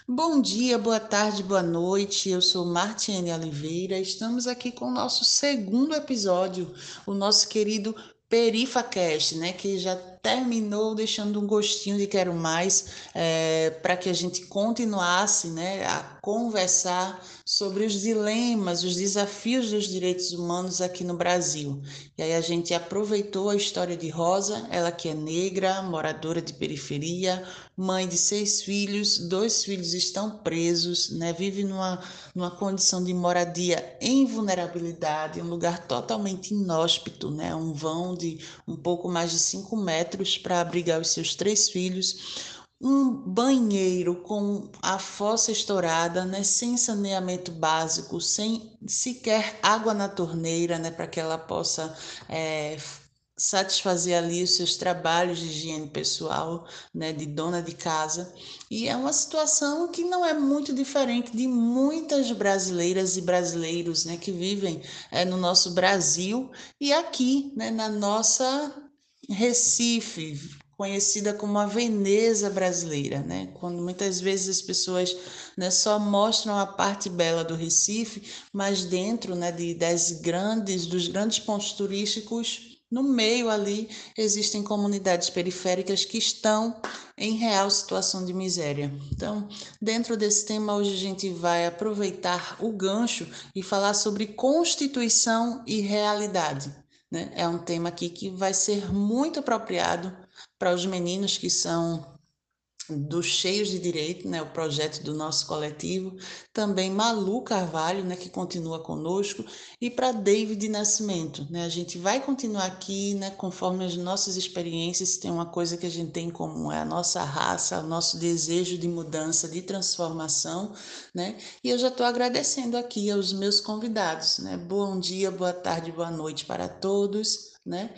Bom dia, boa tarde, boa noite. Eu sou Martiene Oliveira. Estamos aqui com o nosso segundo episódio, o nosso querido PerifaCast, né? Que já terminou deixando um gostinho de quero mais, para que a gente continuasse, né, a conversar sobre os dilemas, os desafios dos direitos humanos aqui no Brasil. E aí a gente aproveitou a história de Rosa, ela que é negra, moradora de periferia, mãe de 6 filhos, 2 filhos estão presos, né? Vive numa condição de moradia em vulnerabilidade, um lugar totalmente inóspito, né? Um vão de um pouco mais de 5 metros para abrigar os seus 3 filhos. Um banheiro com a fossa estourada, né, sem saneamento básico, sem sequer água na torneira, né, para que ela possa é, satisfazer ali os seus trabalhos de higiene pessoal, né, de dona de casa. E é uma situação que não é muito diferente de muitas brasileiras e brasileiros, né, que vivem no nosso Brasil e aqui, né, na nossa Recife, conhecida como a Veneza brasileira, né? Quando muitas vezes as pessoas, né, só mostram a parte bela do Recife, mas dentro, né, dos grandes pontos turísticos, no meio ali existem comunidades periféricas que estão em real situação de miséria. Então, dentro desse tema, hoje a gente vai aproveitar o gancho e falar sobre constituição e realidade, né? É um tema aqui que vai ser muito apropriado para os meninos que são dos Cheios de Direito, né, o projeto do nosso coletivo, também Malu Carvalho, né, que continua conosco, e para David Nascimento, né, a gente vai continuar aqui, né, conforme as nossas experiências, tem uma coisa que a gente tem em comum, é a nossa raça, o nosso desejo de mudança, de transformação, né, e eu já estou agradecendo aqui aos meus convidados, né, bom dia, boa tarde, boa noite para todos, né,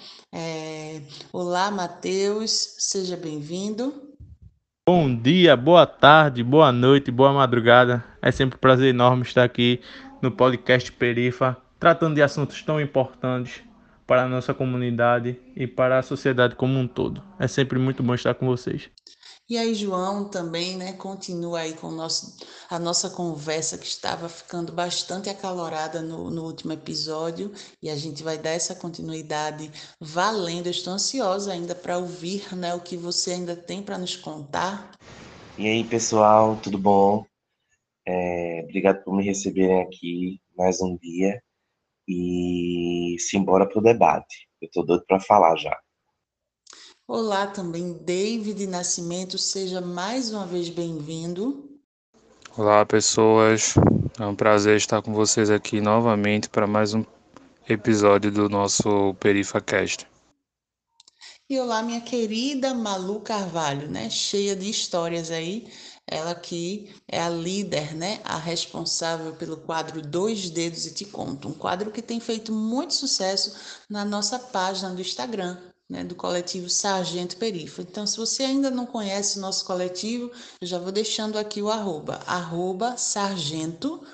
olá, Matheus, seja bem-vindo. Bom dia, boa tarde, boa noite, boa madrugada. É sempre um prazer enorme estar aqui no podcast Perifa, tratando de assuntos tão importantes para a nossa comunidade e para a sociedade como um todo. É sempre muito bom estar com vocês. E aí, João também, né, continua aí com a nossa conversa que estava ficando bastante acalorada no último episódio e a gente vai dar essa continuidade valendo. Eu estou ansiosa ainda para ouvir, né, o que você ainda tem para nos contar. E aí, pessoal, tudo bom? Obrigado por me receberem aqui mais um dia e simbora pro debate. Eu tô doido para falar já. Olá também, David Nascimento, seja mais uma vez bem-vindo. Olá, pessoas. É um prazer estar com vocês aqui novamente para mais um episódio do nosso PerifaCast. E olá, minha querida Malu Carvalho, né? Cheia de histórias aí. Ela que é a líder, né? A responsável pelo quadro Dois Dedos e Te Conto. Um quadro que tem feito muito sucesso na nossa página do Instagram, né? Do coletivo Sargento Perifa. Então, se você ainda não conhece o nosso coletivo, eu já vou deixando aqui o arroba sargento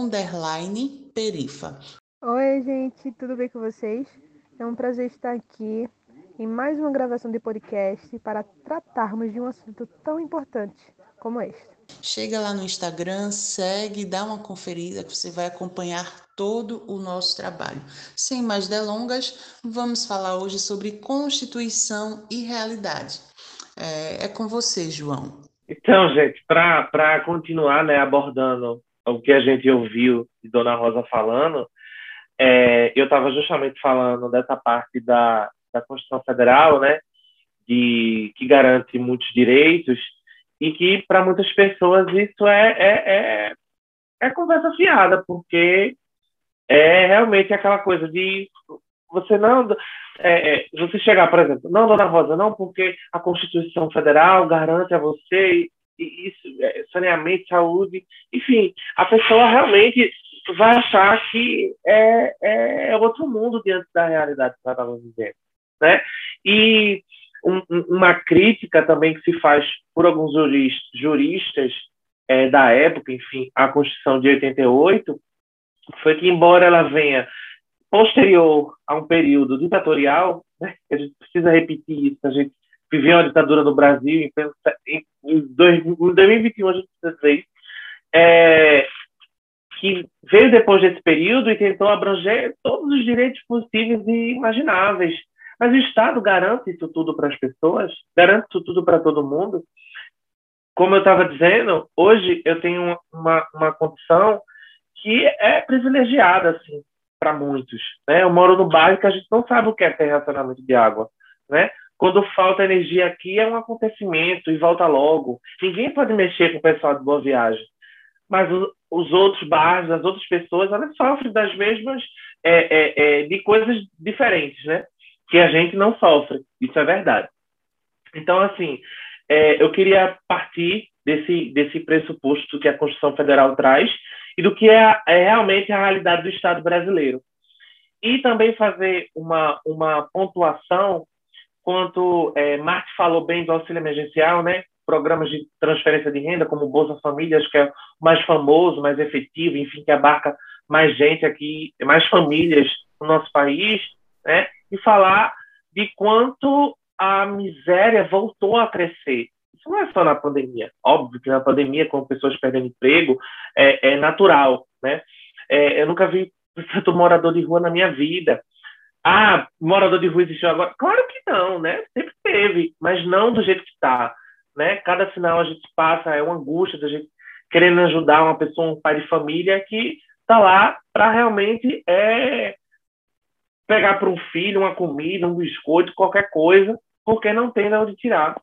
_ perifa. Oi, gente, tudo bem com vocês? É um prazer estar aqui em mais uma gravação de podcast para tratarmos de um assunto tão importante como este. Chega lá no Instagram, segue, dá uma conferida que você vai acompanhar todo o nosso trabalho. Sem mais delongas, vamos falar hoje sobre Constituição e realidade. É com você, João. Então, gente, para continuar, né, abordando o que a gente ouviu de Dona Rosa falando, eu estava justamente falando dessa parte da Constituição Federal, né, que garante muitos direitos e que para muitas pessoas isso é conversa fiada, porque é realmente aquela coisa de você não. Você chegar, por exemplo, não, Dona Rosa, não, porque a Constituição Federal garante a você isso, saneamento, saúde, enfim, a pessoa realmente vai achar que é outro mundo diante da realidade que ela estava vivendo, né? E uma crítica também que se faz por alguns juristas da época, enfim, à Constituição de 88, foi que, embora ela venha posterior a um período ditatorial, né, a gente precisa repetir isso, a gente viveu uma ditadura no Brasil, em 2021 a gente precisa dizer isso, que veio depois desse período e tentou abranger todos os direitos possíveis e imagináveis. Mas o Estado garante isso tudo para as pessoas? Garante isso tudo para todo mundo? Como eu estava dizendo, hoje eu tenho uma condição que é privilegiada, assim, para muitos, né? Eu moro no bairro que a gente não sabe o que é ter racionamento de água, né? Quando falta energia aqui é um acontecimento e volta logo. Ninguém pode mexer com o pessoal de Boa Viagem. Mas os outros bairros, as outras pessoas, elas sofrem das mesmas, de coisas diferentes, né? Que a gente não sofre. Isso é verdade. Então, assim, eu queria partir desse pressuposto que a Constituição Federal traz e do que é realmente a realidade do Estado brasileiro. E também fazer uma pontuação quanto Marte falou bem do auxílio emergencial, né? Programas de transferência de renda, como o Bolsa Família, acho que é o mais famoso, mais efetivo, enfim, que abarca mais gente aqui, mais famílias no nosso país, né? E falar de quanto a miséria voltou a crescer. Isso não é só na pandemia. Óbvio que na pandemia, com pessoas perdendo emprego, é natural, né? Eu nunca vi tanto morador de rua na minha vida. Morador de rua existiu agora? Claro que não, né? Sempre teve, mas não do jeito que está, né? Cada final a gente passa, é uma angústia da gente querendo ajudar uma pessoa, um pai de família que está lá para realmente pegar para um filho uma comida, um biscoito, qualquer coisa, porque não tem de onde tirar.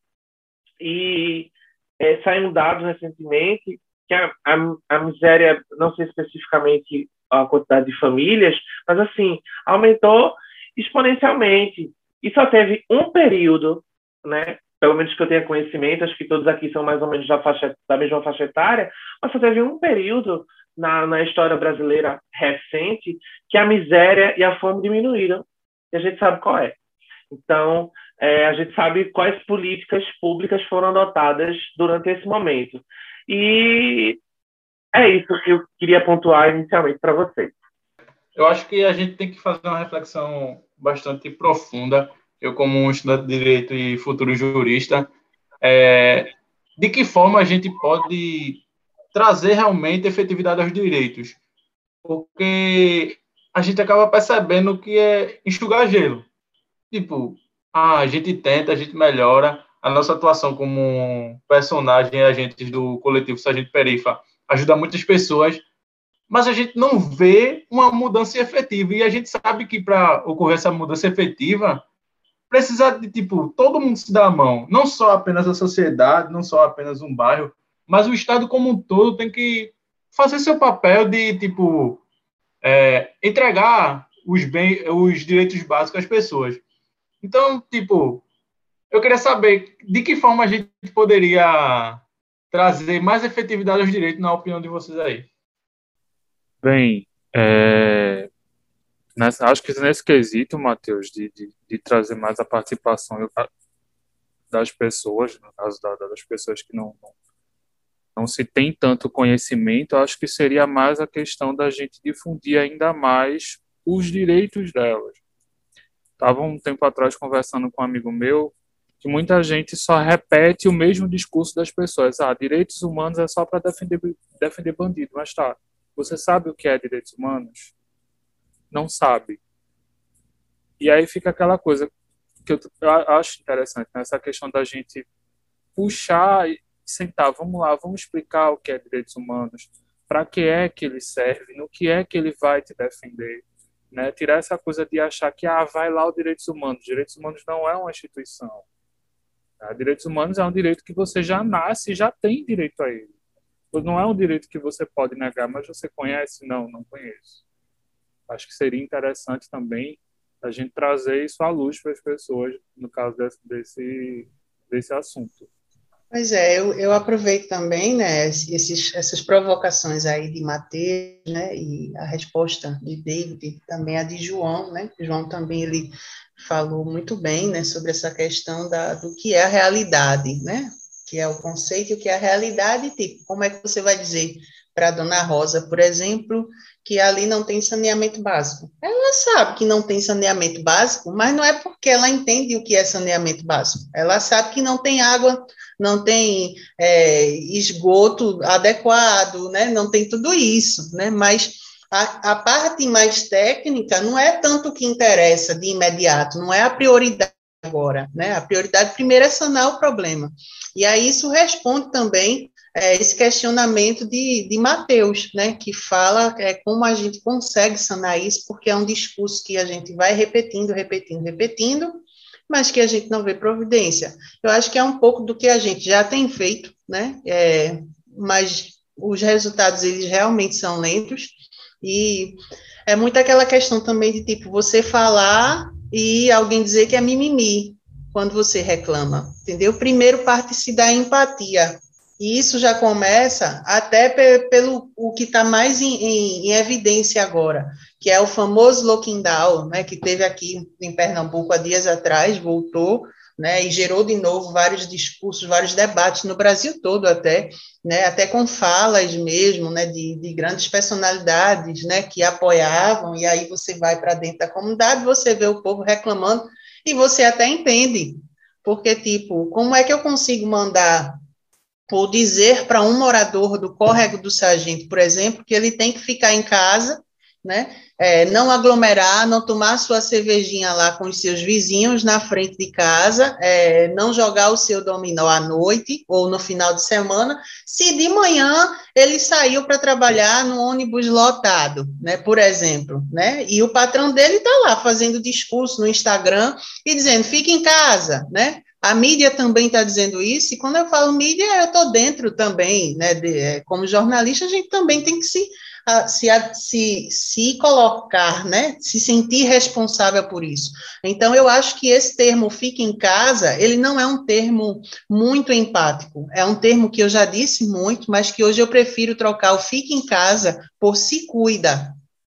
E saíram dados recentemente que a miséria, não sei especificamente a quantidade de famílias, mas assim, aumentou exponencialmente. E só teve um período, né? Pelo menos que eu tenha conhecimento, acho que todos aqui são mais ou menos da mesma faixa etária, mas só teve um período na história brasileira recente que a miséria e a fome diminuíram. E a gente sabe qual é. Então, a gente sabe quais políticas públicas foram adotadas durante esse momento. E é isso que eu queria pontuar inicialmente para vocês. Eu acho que a gente tem que fazer uma reflexão bastante profunda. Eu, como um estudante de Direito e futuro jurista, de que forma a gente pode trazer realmente efetividade aos direitos? Porque a gente acaba percebendo que é enxugar gelo. Tipo, a gente tenta, a gente melhora. A nossa atuação como personagem e agentes do coletivo Sargento Perifa ajuda muitas pessoas, mas a gente não vê uma mudança efetiva. E a gente sabe que para ocorrer essa mudança efetiva, precisa de, todo mundo se dar a mão. Não só apenas a sociedade, não só apenas um bairro, mas o Estado como um todo tem que fazer seu papel de, entregar os direitos básicos às pessoas. Então, eu queria saber de que forma a gente poderia trazer mais efetividade aos direitos, na opinião de vocês aí. Bem, acho que nesse quesito, Matheus, de trazer mais a participação das pessoas, no caso das pessoas que não se tem tanto conhecimento, acho que seria mais a questão da gente difundir ainda mais os direitos delas. Estava um tempo atrás conversando com um amigo meu que muita gente só repete o mesmo discurso das pessoas. Direitos humanos é só para defender bandido. Mas tá, você sabe o que é direitos humanos? Não sabe. E aí fica aquela coisa que eu acho interessante, né? Essa questão da gente puxar e sentar, vamos lá, vamos explicar o que é direitos humanos, para que é que ele serve, no que é que ele vai te defender. Né? Tirar essa coisa de achar que vai lá o direitos humanos. Direitos humanos não é uma instituição. Tá? Direitos humanos é um direito que você já nasce e já tem direito a ele. Não é um direito que você pode negar, mas você conhece? Não conheço. Acho que seria interessante também a gente trazer isso à luz para as pessoas, no caso desse assunto. Pois é, eu aproveito também, né, essas provocações aí de Matheus, né, e a resposta de David, também a de João, né, João também ele falou muito bem, né, sobre essa questão do que é a realidade, né, que é o conceito e o que é a realidade, como é que você vai dizer para a Dona Rosa, por exemplo, que ali não tem saneamento básico? Ela sabe que não tem saneamento básico, mas não é porque ela entende o que é saneamento básico, ela sabe que não tem água não tem esgoto adequado, né? Não tem tudo isso, né? Mas a parte mais técnica não é tanto o que interessa de imediato, não é a prioridade agora, né? A prioridade primeiro é sanar o problema. E aí isso responde também esse questionamento de Mateus, né? Que fala como a gente consegue sanar isso, porque é um discurso que a gente vai repetindo, repetindo, repetindo, mas que a gente não vê providência. Eu acho que é um pouco do que a gente já tem feito, né? Mas os resultados, eles realmente são lentos, e é muito aquela questão também de, tipo, você falar e alguém dizer que é mimimi quando você reclama, entendeu? Primeiro parte-se da empatia, e isso já começa até pelo o que está mais em evidência agora, que é o famoso Looking Down, né, que teve aqui em Pernambuco há dias atrás, voltou, né, e gerou de novo vários discursos, vários debates no Brasil todo até, né, até com falas mesmo, né, de grandes personalidades, né, que apoiavam, e aí você vai para dentro da comunidade, você vê o povo reclamando, e você até entende, porque, tipo, como é que eu consigo mandar ou dizer para um morador do Córrego do Sargento, por exemplo, que ele tem que ficar em casa, né, não aglomerar, não tomar sua cervejinha lá com os seus vizinhos na frente de casa, não jogar o seu dominó à noite ou no final de semana, se de manhã ele saiu para trabalhar no ônibus lotado, né, por exemplo, né, e o patrão dele está lá fazendo discurso no Instagram e dizendo, fique em casa, né. A mídia também está dizendo isso, e quando eu falo mídia, eu estou dentro também, né, como jornalista, a gente também tem que se colocar, né, se sentir responsável por isso. Então, eu acho que esse termo fique em casa, ele não é um termo muito empático, é um termo que eu já disse muito, mas que hoje eu prefiro trocar o fique em casa por se cuida,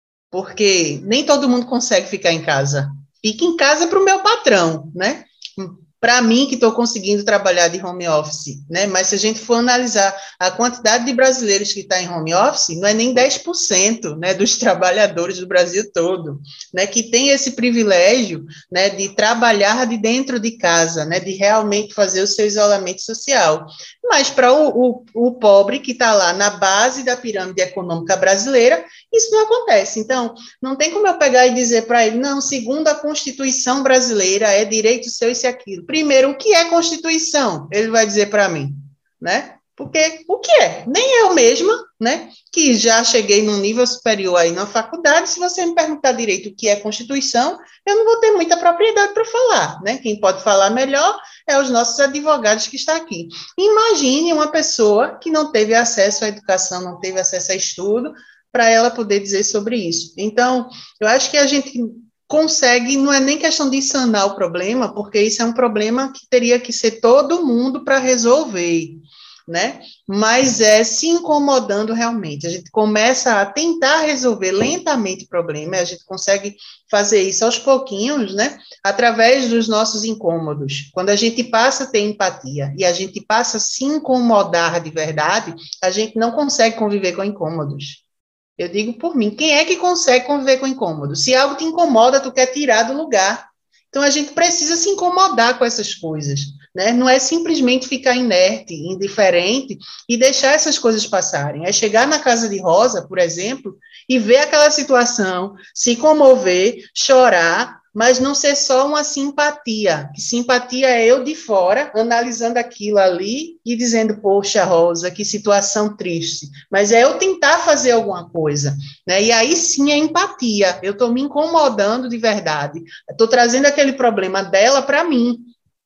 porque nem todo mundo consegue ficar em casa. Fique em casa para o meu patrão, né? Para mim, que estou conseguindo trabalhar de home office, né? Mas se a gente for analisar a quantidade de brasileiros que está em home office, não é nem 10%, né, dos trabalhadores do Brasil todo, né, que tem esse privilégio, né, de trabalhar de dentro de casa, né, de realmente fazer o seu isolamento social. Mas para o pobre que está lá na base da pirâmide econômica brasileira, isso não acontece. Então, não tem como eu pegar e dizer para ele, não, segundo a Constituição brasileira, é direito seu isso e aquilo. Primeiro, o que é Constituição? Ele vai dizer para mim, né? Porque o que é? Nem eu mesma, né, que já cheguei num nível superior aí na faculdade, se você me perguntar direito o que é Constituição, eu não vou ter muita propriedade para falar, né? Quem pode falar melhor é os nossos advogados que estão aqui. Imagine uma pessoa que não teve acesso à educação, não teve acesso a estudo, para ela poder dizer sobre isso. Então, eu acho que a gente consegue, não é nem questão de sanar o problema, porque isso é um problema que teria que ser todo mundo para resolver, né? Mas é se incomodando realmente. A gente começa a tentar resolver lentamente o problema, e a gente consegue fazer isso aos pouquinhos, né? Através dos nossos incômodos. Quando a gente passa a ter empatia e a gente passa a se incomodar de verdade, a gente não consegue conviver com incômodos. Eu digo por mim, quem é que consegue conviver com incômodo? Se algo te incomoda, tu quer tirar do lugar. Então, a gente precisa se incomodar com essas coisas, né? Não é simplesmente ficar inerte, indiferente e deixar essas coisas passarem. É chegar na casa de Rosa, por exemplo, e ver aquela situação, se comover, chorar, mas não ser só uma simpatia. Simpatia é eu de fora, analisando aquilo ali e dizendo, poxa, Rosa, que situação triste. Mas é eu tentar fazer alguma coisa, né? E aí sim é empatia. Eu estou me incomodando de verdade. Estou trazendo aquele problema dela para mim.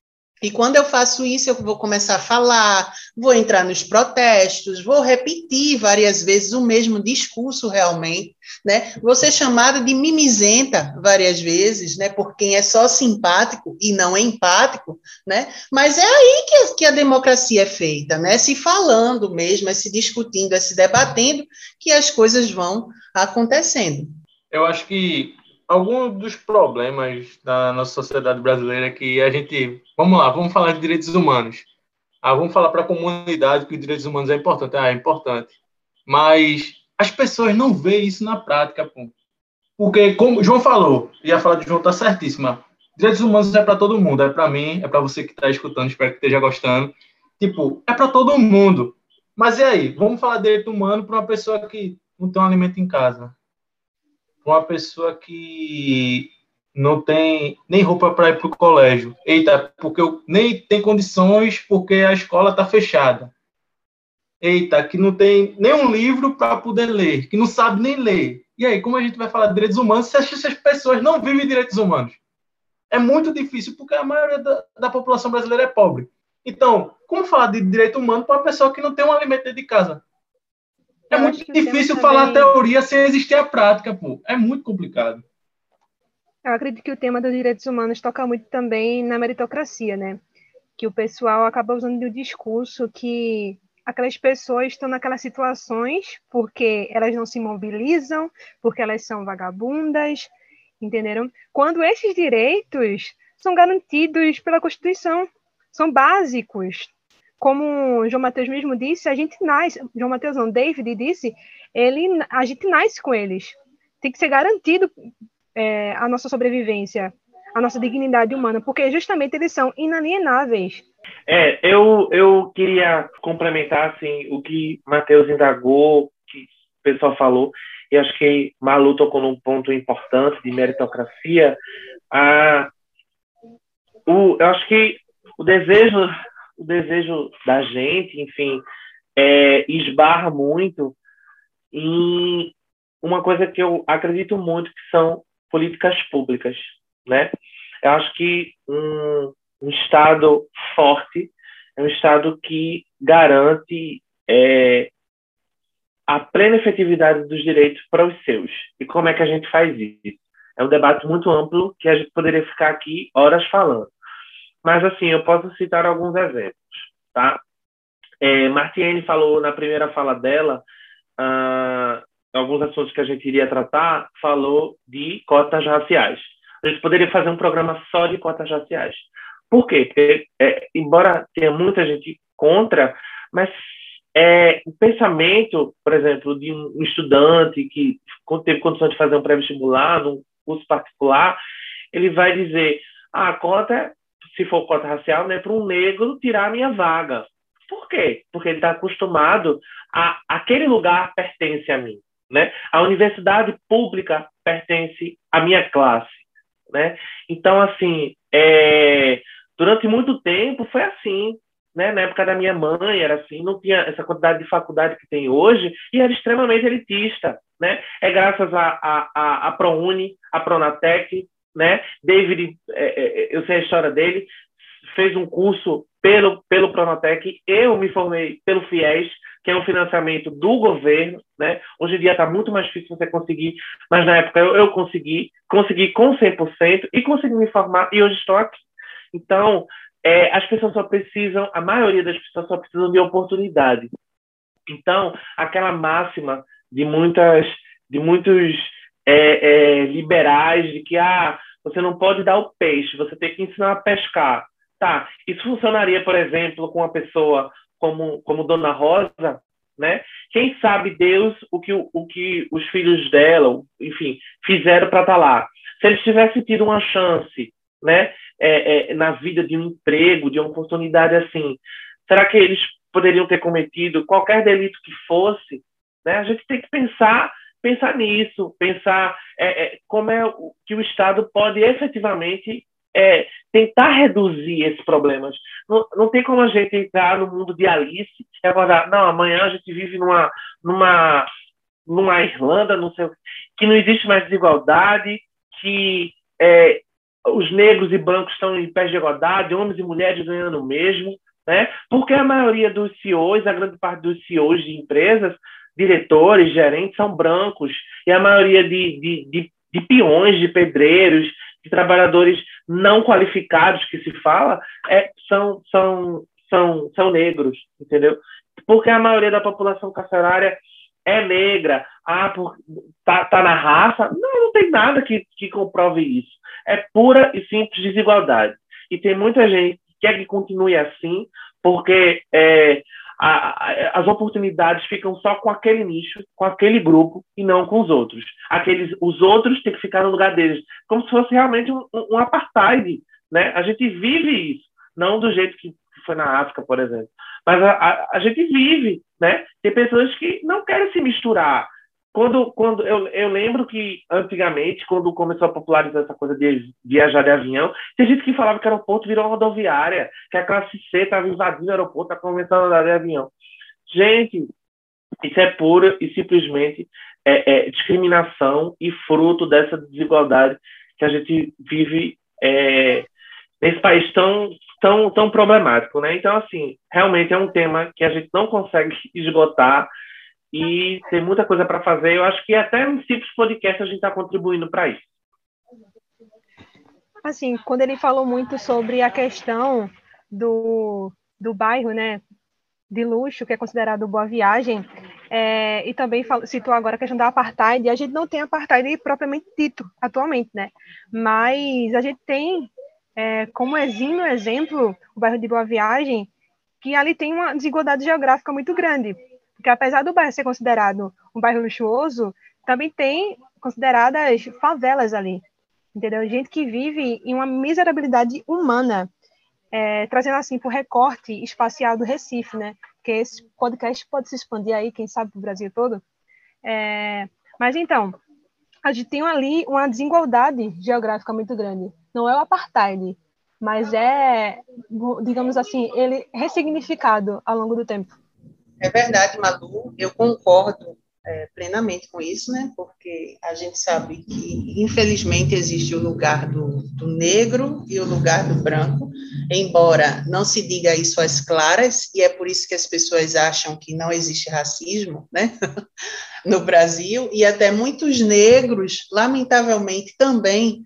E quando eu faço isso, eu vou começar a falar, vou entrar nos protestos, vou repetir várias vezes o mesmo discurso realmente, né? Vou ser chamada de mimizenta várias vezes, né? Por quem é só simpático e não é empático, né? Mas é aí que a democracia é feita, né? Se falando mesmo, é se discutindo, é se debatendo, que as coisas vão acontecendo. Eu acho que algum dos problemas da nossa sociedade brasileira é que a gente... Vamos lá, vamos falar de direitos humanos. Vamos falar para a comunidade que os direitos humanos é importante. É importante. Mas as pessoas não veem isso na prática, pô. Porque, como o João falou, e a fala de João está certíssima, direitos humanos é para todo mundo, é para mim, é para você que está escutando, espero que esteja gostando. Tipo, é para todo mundo. Mas e aí? Vamos falar de direito humano para uma pessoa que não tem um alimento em casa. Para uma pessoa que não tem nem roupa para ir para o colégio. Eita, porque eu nem tem condições porque a escola está fechada. Eita, que não tem nenhum livro para poder ler, que não sabe nem ler. E aí, como a gente vai falar de direitos humanos se essas pessoas não vivem direitos humanos? É muito difícil, porque a maioria da população brasileira é pobre. Então, como falar de direito humano para uma pessoa que não tem um alimento dentro de casa? É Eu muito acho que o tema difícil falar a também. teoria sem existir a prática, pô. É muito complicado. Eu acredito que o tema dos direitos humanos toca muito também na meritocracia, né? Que o pessoal acaba usando o discurso que aquelas pessoas estão naquelas situações porque elas não se mobilizam, porque elas são vagabundas, entenderam? Quando esses direitos são garantidos pela Constituição, são básicos. Como João Mateus mesmo disse, a gente nasce, João Mateus não, David disse, a gente nasce com eles. Tem que ser garantido a nossa sobrevivência, a nossa dignidade humana, porque justamente eles são inalienáveis. Eu queria complementar assim, o que Matheus indagou, que o pessoal falou, e acho que Malu tocou num ponto importante de meritocracia. Eu acho que o desejo da gente, enfim, esbarra muito em uma coisa que eu acredito muito, que são políticas públicas, né? Eu acho que um Estado forte é um Estado que garante a plena efetividade dos direitos para os seus. E como é que a gente faz isso? É um debate muito amplo que a gente poderia ficar aqui horas falando. Mas, assim, eu posso citar alguns exemplos, tá? Martiene falou na primeira fala dela, alguns assuntos que a gente iria tratar, falou de cotas raciais. A gente poderia fazer um programa só de cotas raciais. Por quê? Porque, embora tenha muita gente contra, mas o pensamento, por exemplo, de um estudante que teve condição de fazer um pré-vestibular, num curso particular, ele vai dizer, a cota, se for cota racial, né, para um negro tirar a minha vaga. Por quê? Porque ele está acostumado aquele lugar pertence a mim, né? A universidade pública pertence à minha classe, né? Então, assim, durante muito tempo foi assim, né? Na época da minha mãe era assim, não tinha essa quantidade de faculdade que tem hoje e era extremamente elitista, né? É graças a ProUni, a Pronatec, né? David, eu sei a história dele, fez um curso pelo Pronatec, eu me formei pelo FIES, que é um financiamento do governo, né? Hoje em dia está muito mais difícil você conseguir, mas na época eu consegui com 100% e consegui me formar e hoje estou aqui. Então, as pessoas só precisam, a maioria das pessoas só precisam de oportunidade. Então, aquela máxima de muitos liberais de que você não pode dar o peixe, você tem que ensinar a pescar. Tá, isso funcionaria, por exemplo, com uma pessoa como Dona Rosa, né? Quem sabe Deus o que os filhos dela, enfim, fizeram para estar lá. Se eles tivessem tido uma chance, né, na vida de um emprego, de uma oportunidade assim, será que eles poderiam ter cometido qualquer delito que fosse? Né? A gente tem que pensar nisso, pensar como é que o Estado pode efetivamente tentar reduzir esses problemas. Não tem como a gente entrar no mundo de Alice e acordar, não, amanhã a gente vive numa Irlanda, não sei, que não existe mais desigualdade, que os negros e brancos estão em pé de igualdade, homens e mulheres ganhando o mesmo, né? Porque a maioria dos CEOs, a grande parte dos CEOs de empresas, diretores, gerentes, são brancos, e a maioria de peões, de pedreiros, de trabalhadores não qualificados que se fala, são negros, entendeu? Porque a maioria da população carcerária é negra. Tá na raça? Não tem nada que comprove isso. É pura e simples desigualdade. E tem muita gente que quer que continue assim, porque as oportunidades ficam só com aquele nicho, com aquele grupo, e não com os outros. Os outros têm que ficar no lugar deles, como se fosse realmente um apartheid, né? A gente vive isso, não do jeito que foi na África, por exemplo. mas a gente vive, né? Tem pessoas que não querem se misturar. Quando eu lembro que, antigamente, quando começou a popularizar essa coisa de viajar de avião, tem gente que falava que o aeroporto virou rodoviária, que a classe C estava invadindo o aeroporto, estava começando a andar de avião. Gente, isso é pura e simplesmente discriminação e fruto dessa desigualdade que a gente vive nesse país tão problemático, né? Então, assim, realmente é um tema que a gente não consegue esgotar e tem muita coisa para fazer. Eu acho que até no simples podcast a gente está contribuindo para isso. Assim, quando ele falou muito sobre a questão do bairro, né, de luxo, que é considerado Boa Viagem, e também citou agora a questão da apartheid. A gente não tem apartheid propriamente dito atualmente, né? Mas a gente tem como exímio exemplo o bairro de Boa Viagem, que ali tem uma desigualdade geográfica muito grande, porque apesar do bairro ser considerado um bairro luxuoso, também tem consideradas favelas ali, entendeu? Gente que vive em uma miserabilidade humana, trazendo assim para o recorte espacial do Recife, né? Porque esse podcast pode se expandir aí, quem sabe, para o Brasil todo. Mas então, a gente tem ali uma desigualdade geográfica muito grande. Não é o apartheid, mas digamos assim, ele ressignificado ao longo do tempo. É verdade, Malu, eu concordo plenamente com isso, né? Porque a gente sabe que, infelizmente, existe o lugar do negro e o lugar do branco, embora não se diga isso às claras, e é por isso que as pessoas acham que não existe racismo, né? No Brasil, e até muitos negros, lamentavelmente, também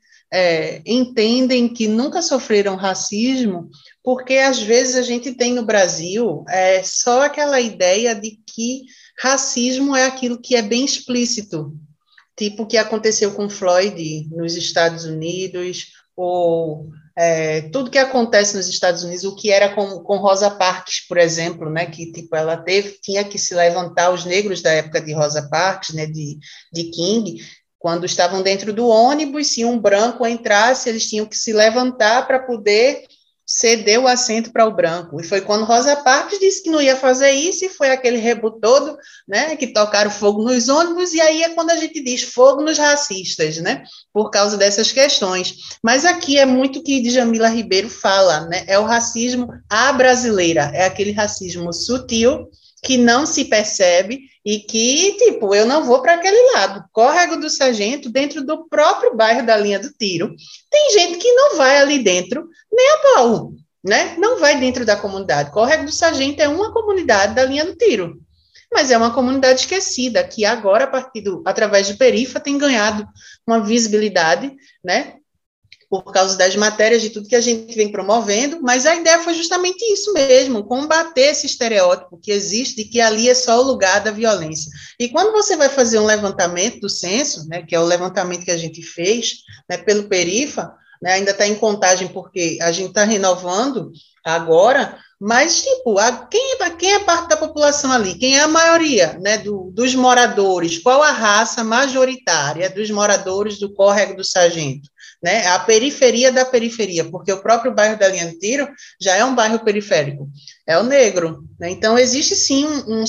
entendem que nunca sofreram racismo, porque às vezes a gente tem no Brasil só aquela ideia de que racismo é aquilo que é bem explícito, tipo o que aconteceu com Floyd nos Estados Unidos, ou tudo que acontece nos Estados Unidos, o que era com Rosa Parks, por exemplo, né, que tipo, ela tinha que se levantar, os negros da época de Rosa Parks, né, de King, quando estavam dentro do ônibus, se um branco entrasse, eles tinham que se levantar para poder ceder o assento para o branco. E foi quando Rosa Parks disse que não ia fazer isso, e foi aquele rebu todo, né, que tocaram fogo nos ônibus, e aí é quando a gente diz fogo nos racistas, né, por causa dessas questões. Mas aqui é muito que Djamila Ribeiro fala, né, é o racismo à brasileira, é aquele racismo sutil, que não se percebe e que, tipo, eu não vou para aquele lado. Córrego do Sargento, dentro do próprio bairro da Linha do Tiro, tem gente que não vai ali dentro nem a pau, né? Não vai dentro da comunidade. Córrego do Sargento é uma comunidade da Linha do Tiro, mas é uma comunidade esquecida, que agora, através de Perifa, tem ganhado uma visibilidade, né? Por causa das matérias, de tudo que a gente vem promovendo, mas a ideia foi justamente isso mesmo, combater esse estereótipo que existe de que ali é só o lugar da violência. E quando você vai fazer um levantamento do censo, né, que é o levantamento que a gente fez, né, pelo Perifa, né, ainda está em contagem porque a gente está renovando agora, mas, tipo, quem é parte da população ali? Quem é a maioria, né, dos moradores? Qual a raça majoritária dos moradores do Córrego do Sargento? Né, a periferia da periferia, porque o próprio bairro da Linha do Tiro já é um bairro periférico, é o negro, né? Então existe sim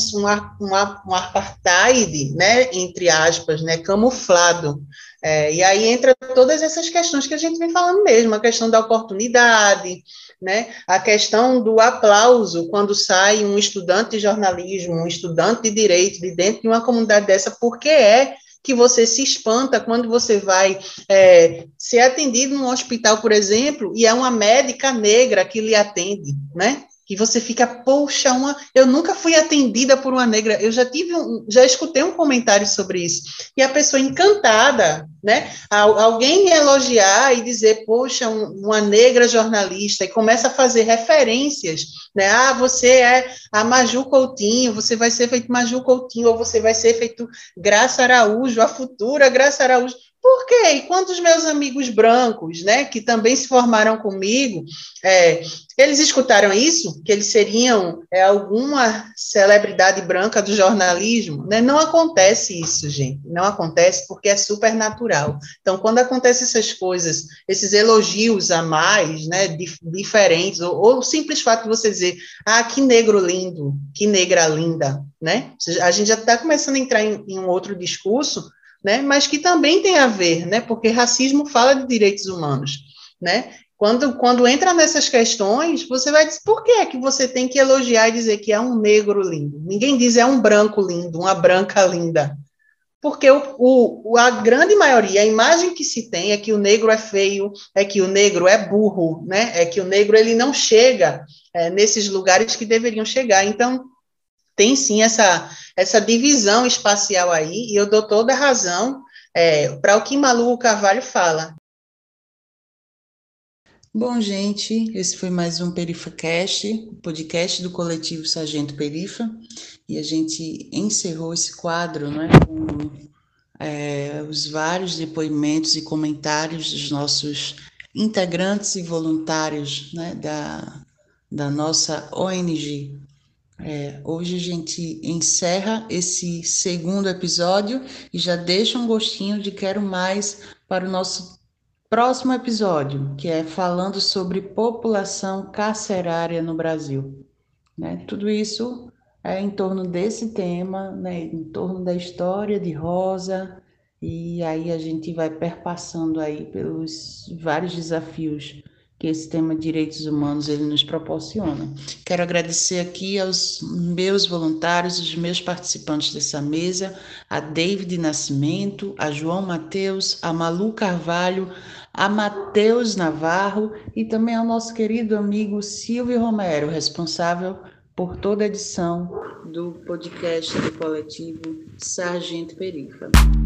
um apartheid, né, entre aspas, né, camuflado, e aí entra todas essas questões que a gente vem falando mesmo, a questão da oportunidade, né, a questão do aplauso quando sai um estudante de jornalismo, um estudante de direito de dentro de uma comunidade dessa, porque que você se espanta quando você vai ser atendido num hospital, por exemplo, e é uma médica negra que lhe atende, né? E você fica, poxa, eu nunca fui atendida por uma negra. Eu já escutei um comentário sobre isso. E a pessoa encantada, né? Alguém elogiar e dizer, poxa, uma negra jornalista, e começa a fazer referências, né? Ah, você é a Maju Coutinho, você vai ser feito Maju Coutinho, ou você vai ser feito Graça Araújo, a futura Graça Araújo. Por quê? E quando os meus amigos brancos, né, que também se formaram comigo, eles escutaram isso, que eles seriam alguma celebridade branca do jornalismo, né? Não acontece isso, gente. Não acontece porque é super natural. Então, quando acontecem essas coisas, esses elogios a mais, né, diferentes, ou o simples fato de você dizer, que negro lindo, que negra linda, né? A gente já está começando a entrar em um outro discurso, né, mas que também tem a ver, né, porque racismo fala de direitos humanos, né? Quando entra nessas questões, você vai dizer, por que é que você tem que elogiar e dizer que é um negro lindo? Ninguém diz é um branco lindo, uma branca linda. Porque a grande maioria, a imagem que se tem é que o negro é feio, é que o negro é burro, né? É que o negro ele não chega nesses lugares que deveriam chegar. Então, tem sim essa divisão espacial aí, e eu dou toda a razão para o que Malu Carvalho fala. Bom, gente, esse foi mais um PerifaCast, o podcast do coletivo Sargento Perifa, e a gente encerrou esse quadro, né, com os vários depoimentos e comentários dos nossos integrantes e voluntários, né, da nossa ONG. Hoje a gente encerra esse segundo episódio e já deixa um gostinho de quero mais para o nosso próximo episódio, que é falando sobre população carcerária no Brasil, né? Tudo isso é em torno desse tema, né? Em torno da história de Rosa, e aí a gente vai perpassando aí pelos vários desafios que esse tema de direitos humanos ele nos proporciona. Quero agradecer aqui aos meus voluntários, os meus participantes dessa mesa, a David Nascimento, a João Mateus, a Malu Carvalho, a Mateus Navarro e também ao nosso querido amigo Silvio Romero, responsável por toda a edição do podcast do coletivo Sargento Perifa.